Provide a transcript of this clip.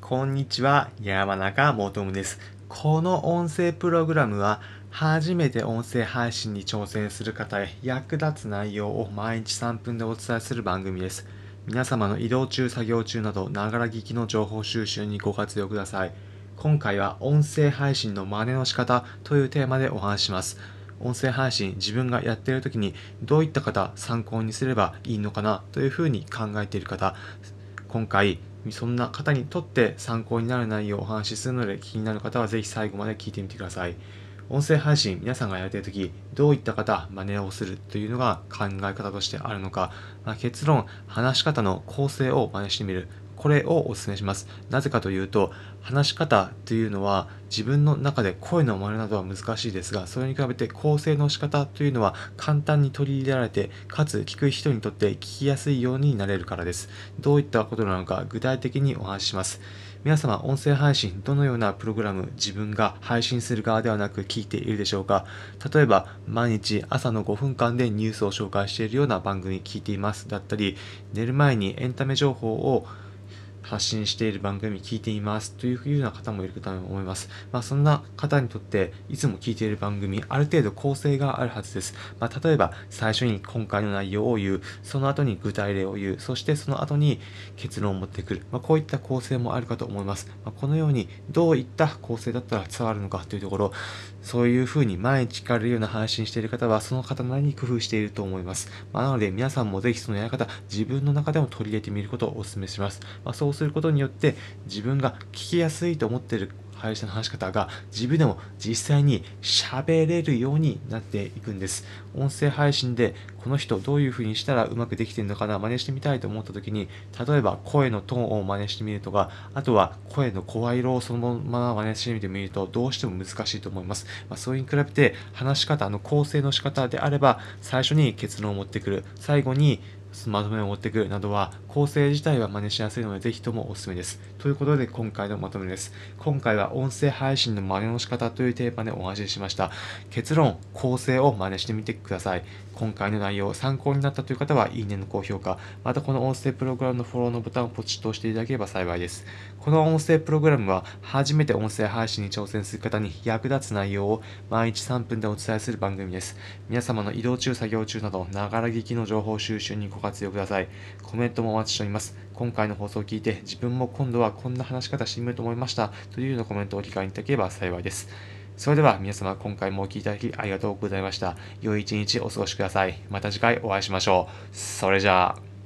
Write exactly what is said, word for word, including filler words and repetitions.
こんにちは、山中もとむです。この音声プログラムは、初めて音声配信に挑戦する方へ役立つ内容を毎日さんぷんでお伝えする番組です。皆様の移動中、作業中など、ながら聞きの情報収集にご活用ください。今回は音声配信の真似の仕方というテーマでお話しします。音声配信、自分がやっているときにどういった方参考にすればいいのかなというふうに考えている方、今回そんな方にとって参考になる内容をお話しするので、気になる方はぜひ最後まで聞いてみてください。音声配信、皆さんがやっているとき、どういった方、真似をするというのが考え方としてあるのか、まあ、結論、話し方の構成を真似してみる。これをお勧めします。なぜかというと、話し方というのは自分の中で声の真似などは難しいですが、それに比べて構成の仕方というのは簡単に取り入れられて、かつ聞く人にとって聞きやすいようになれるからです。どういったことなのか具体的にお話しします。皆様、音声配信、どのようなプログラム、自分が配信する側ではなく聞いているでしょうか。例えば、毎日朝のごふんかんでニュースを紹介しているような番組聞いていますだったり、寝る前にエンタメ情報を発信している番組聞いていますというような方もいるかと思います。まあ、そんな方にとっていつも聞いている番組、ある程度構成があるはずです。まあ、例えば最初に今回の内容を言う、その後に具体例を言う、そしてその後に結論を持ってくる。まあ、こういった構成もあるかと思います。まあ、このようにどういった構成だったら伝わるのかというところ、そういうふうに毎日聞かれるような配信している方はその方なりに工夫していると思います。まあ、なので皆さんもぜひそのやり方、自分の中でも取り入れてみることをお勧めします。まあ、そうすることによって自分が聞きやすいと思っている配信の話し方が自分でも実際に喋れるようになっていくんです。音声配信でこの人どういう風にしたらうまくできてるのかな、真似してみたいと思った時に、例えば声のトーンを真似してみるとか、あとは声の声色をそのまま真似してみてみるとどうしても難しいと思います。まあ、それに比べて話し方の構成の仕方であれば、最初に結論を持ってくる、最後にまとめを持ってくるなどは構成自体は真似しやすいのでぜひともおすすめです。ということで今回のまとめです。今回は音声配信の真似の仕方というテーマでお話ししました。結論、構成を真似してみてください。今回の内容参考になったという方はいいねの高評価、またこの音声プログラムのフォローのボタンをポチッと押していただければ幸いです。この音声プログラムは初めて音声配信に挑戦する方に役立つ内容を毎日さんぷんでお伝えする番組です。皆様の移動中、作業中など、ながら聞きの情報収集にご活用ください。コメントもお待ちしております。今回の放送を聞いて、自分も今度はこんな話し方してみようと思いましたというようなコメントをお理解いただければ幸いです。それでは皆様、今回もお聞きいただきありがとうございました。良い一日お過ごしください。また次回お会いしましょう。それじゃあ。